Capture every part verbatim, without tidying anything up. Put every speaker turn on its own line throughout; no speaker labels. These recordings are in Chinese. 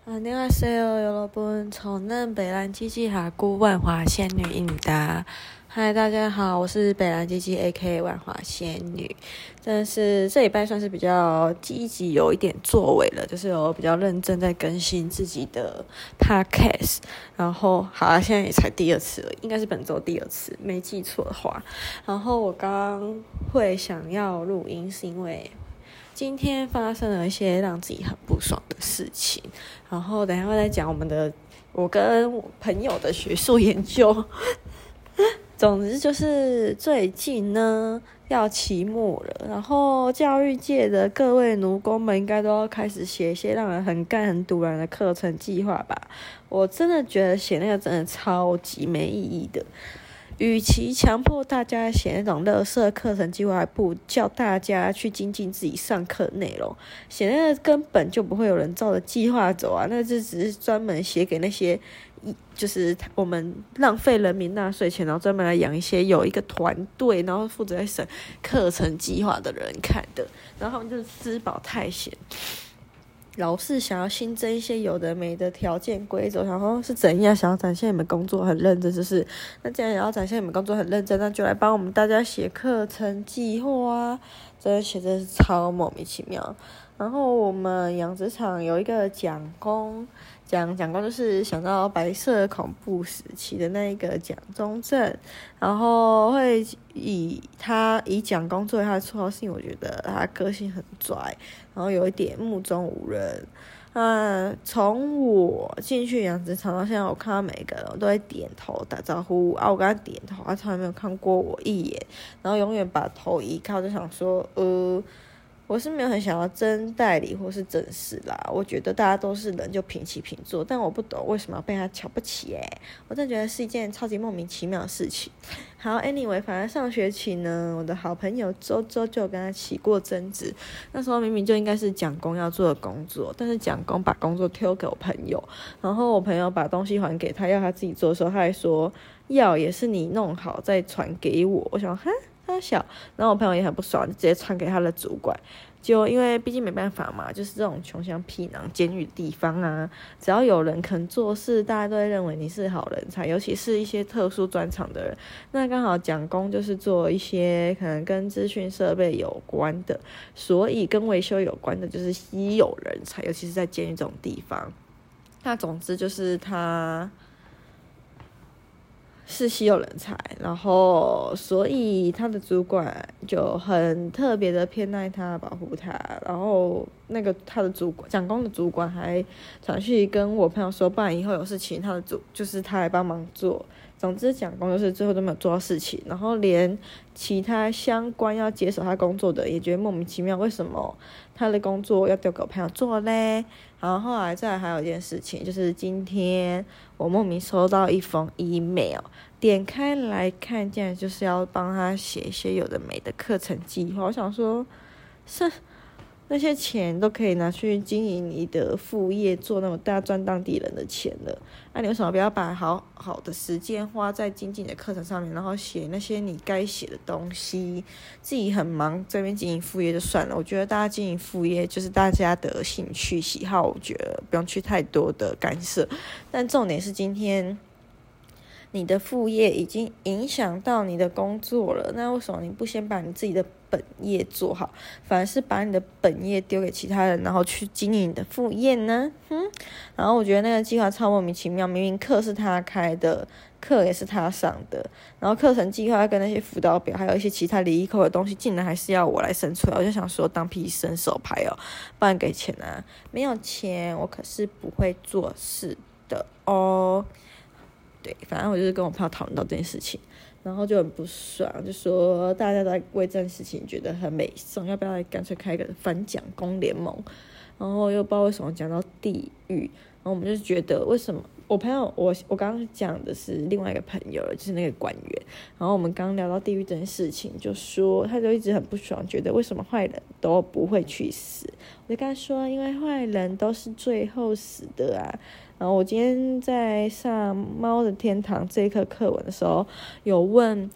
안녕하세요, 여러분. 저는北兰基基哈姑万华仙女应答。嗨，大家好，我是北兰基基 A K A 万华仙女。但是这礼拜算是比较积极，有一点作为了，就是有比较认真在更新自己的 podcast。然后，好啊，现在也才第二次了，应该是本周第二次，没记错的话。然后我刚刚会想要录音，是因为今天发生了一些让自己很不爽的事情，然后等一下会再讲我们的我跟我朋友的学术研究。总之就是最近呢要期末了，然后教育界的各位奴工们应该都要开始写一些让人很干很堵然的课程计划吧。我真的觉得写那个真的超级没意义的。与其强迫大家写那种垃圾课程计划，还不如叫大家去精进自己上课内容。写那个根本就不会有人照着计划走啊，那就只是专门写给那些就是我们浪费人民纳税钱，然后专门来养一些有一个团队，然后负责在审课程计划的人看的，然后他们就是吃饱太闲。老是想要新增一些有的没的条件规则，然后是怎样想要展现你们工作很认真，就是那既然也要展现你们工作很认真，那就来帮我们大家写课程计划啊！真的写真是超莫名其妙。然后我们养殖场有一个蒋公，蒋蒋公就是想到白色恐怖时期的那一个蒋中正，然后会以他以蒋公作为他的绰号，是因为我觉得他个性很拽，然后有一点目中无人。那从我进去养殖场到现在，我看到每个人我都会点头打招呼啊，我跟他点头，他从来没有看过我一眼，然后永远把头移开，就想说呃。我是没有很想要争代理或是正式啦，我觉得大家都是人就平起平坐，但我不懂为什么要被他瞧不起耶、欸，我真的觉得是一件超级莫名其妙的事情。好 anyway 反正上学期呢，我的好朋友周周就跟他起过争执，那时候明明就应该是蒋公要做的工作，但是蒋公把工作丢给我朋友，然后我朋友把东西还给他要他自己做的时候，他还说要也是你弄好再传给我，我想哈他小，然后我朋友也很不爽，就直接传给他的主管。就因为毕竟没办法嘛，就是这种穷乡僻壤、监狱地方啊，只要有人肯做事，大家都会认为你是好人才，尤其是一些特殊专长的人。那刚好蒋公就是做一些可能跟资讯设备有关的，所以跟维修有关的就是稀有人才，尤其是在监狱这种地方。那总之就是他是稀有人才，然后所以他的主管就很特别的偏爱他，保护他，然后那个他的主管蒋公的主管还传讯跟我朋友说，不然以后有事情他的主就是他来帮忙做。总之蒋公就是最后都没有做到事情，然后连其他相关要接手他工作的也觉得莫名其妙，为什么他的工作要丢给我朋友做嘞？然后后来再来还有一件事情，就是今天我莫名收到一封 email， 点开来看，竟然就是要帮他写一些有的没的课程计划。我想说，是那些钱都可以拿去经营你的副业，做那么大赚当地人的钱了。那、啊、你为什么不要把好好的时间花在精进的课程上面，然后写那些你该写的东西？自己很忙，这边经营副业就算了。我觉得大家经营副业就是大家的兴趣喜好，我觉得不用去太多的干涉。但重点是今天你的副业已经影响到你的工作了，那为什么你不先把你自己的本业做好，反而是把你的本业丢给其他人，然后去经营你的副业呢？嗯，然后我觉得那个计划超莫名其妙，明明课是他开的，课也是他上的，然后课程计划跟那些辅导表，还有一些其他离异扣的东西，竟然还是要我来生出来，我就想说当屁伸手牌哦，不然给钱啊？没有钱，我可是不会做事的哦。对，反正我就是跟我朋友讨论到这件事情，然后就很不爽，就说大家都在为这件事情觉得很美颂，要不要来干脆开个反蒋公联盟？然后又不知道为什么讲到地狱，然后我们就觉得为什么我朋友我我刚刚讲的是另外一个朋友，就是那个官员，然后我们刚聊到地狱这件事情，就说他就一直很不爽，觉得为什么坏人都不会去死？我就跟他说，因为坏人都是最后死的啊。然后我今天在上《猫的天堂》这一课课文的时候，有问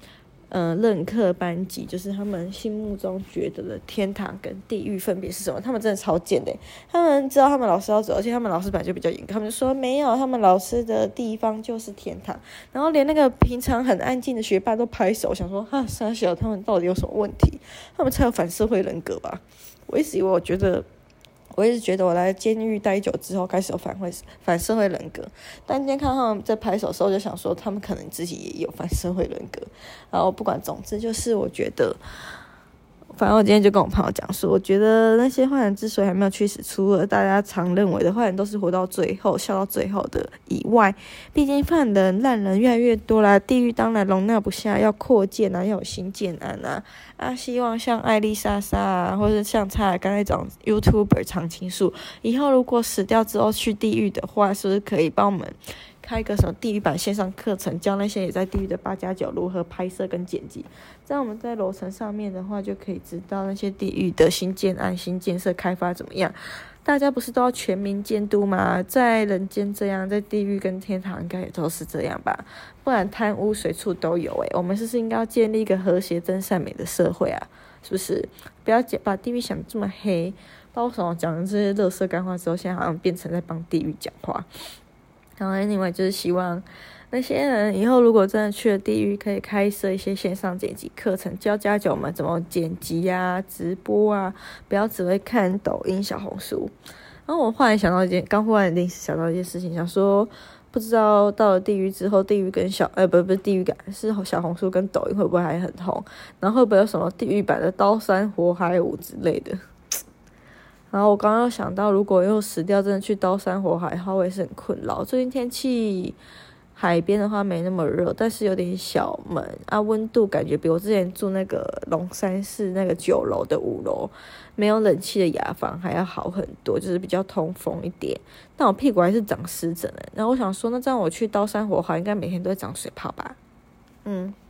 呃任课班级，就是他们心目中觉得的天堂跟地狱分别是什么。他们真的超贱的，他们知道他们老师要走，而且他们老师本来就比较严格，他们就说没有，他们老师的地方就是天堂。然后连那个平常很安静的学霸都拍手，想说哈傻小，他们到底有什么问题？他们才有反社会人格吧？我一直以为我觉得。我一直觉得我来监狱待久之后开始有反会反社会人格，但今天看到他们在拍手的时候，就想说他们可能自己也有反社会人格。然后不管，总之就是我觉得，反正我今天就跟我朋友讲说，我觉得那些坏人之所以还没有驱使出恶，大家常认为的坏人都是活到最后、笑到最后的以外，毕竟犯人、烂人越来越多啦，地狱当然容纳不下，要扩建啊，要有新建案啊。啊，希望像艾丽莎莎啊，或者像蔡尔刚那种 YouTuber 常青树，以后如果死掉之后去地狱的话，是不是可以帮我们开个什么地狱版线上课程，教那些也在地狱的八加九如何拍摄跟剪辑？这样我们在楼层上面的话，就可以知道那些地狱的新建案、新建设开发怎么样。大家不是都要全民监督吗？在人间这样，在地狱跟天堂应该也都是这样吧？不然贪污随处都有诶、欸、我们是不是应该要建立一个和谐、真善美的社会啊？是不是？不要把地狱想这么黑。不知道为什么讲了这些垃圾干话之后，现在好像变成在帮地狱讲话。然后 anyway 就是希望那些人以后如果真的去了地狱，可以开设一些线上剪辑课程，教家教们怎么剪辑啊、直播啊，不要只会看抖音、小红书。然后我忽然想到一件，刚忽然临时想到一件事情，想说不知道到了地狱之后，地狱跟小呃不不是地狱感，是小红书跟抖音会不会还很红？然后会不会有什么地狱版的刀山火海舞之类的？然后我刚刚又想到，如果又死掉，真的去刀山火海的话，我也是很困扰。最近天气海边的话没那么热，但是有点小闷啊，温度感觉比我之前住那个龙山寺那个九楼的五楼没有冷气的雅房还要好很多，就是比较通风一点。但我屁股还是长湿疹了，然后我想说，那这样我去刀山火海应该每天都会长水泡吧？嗯。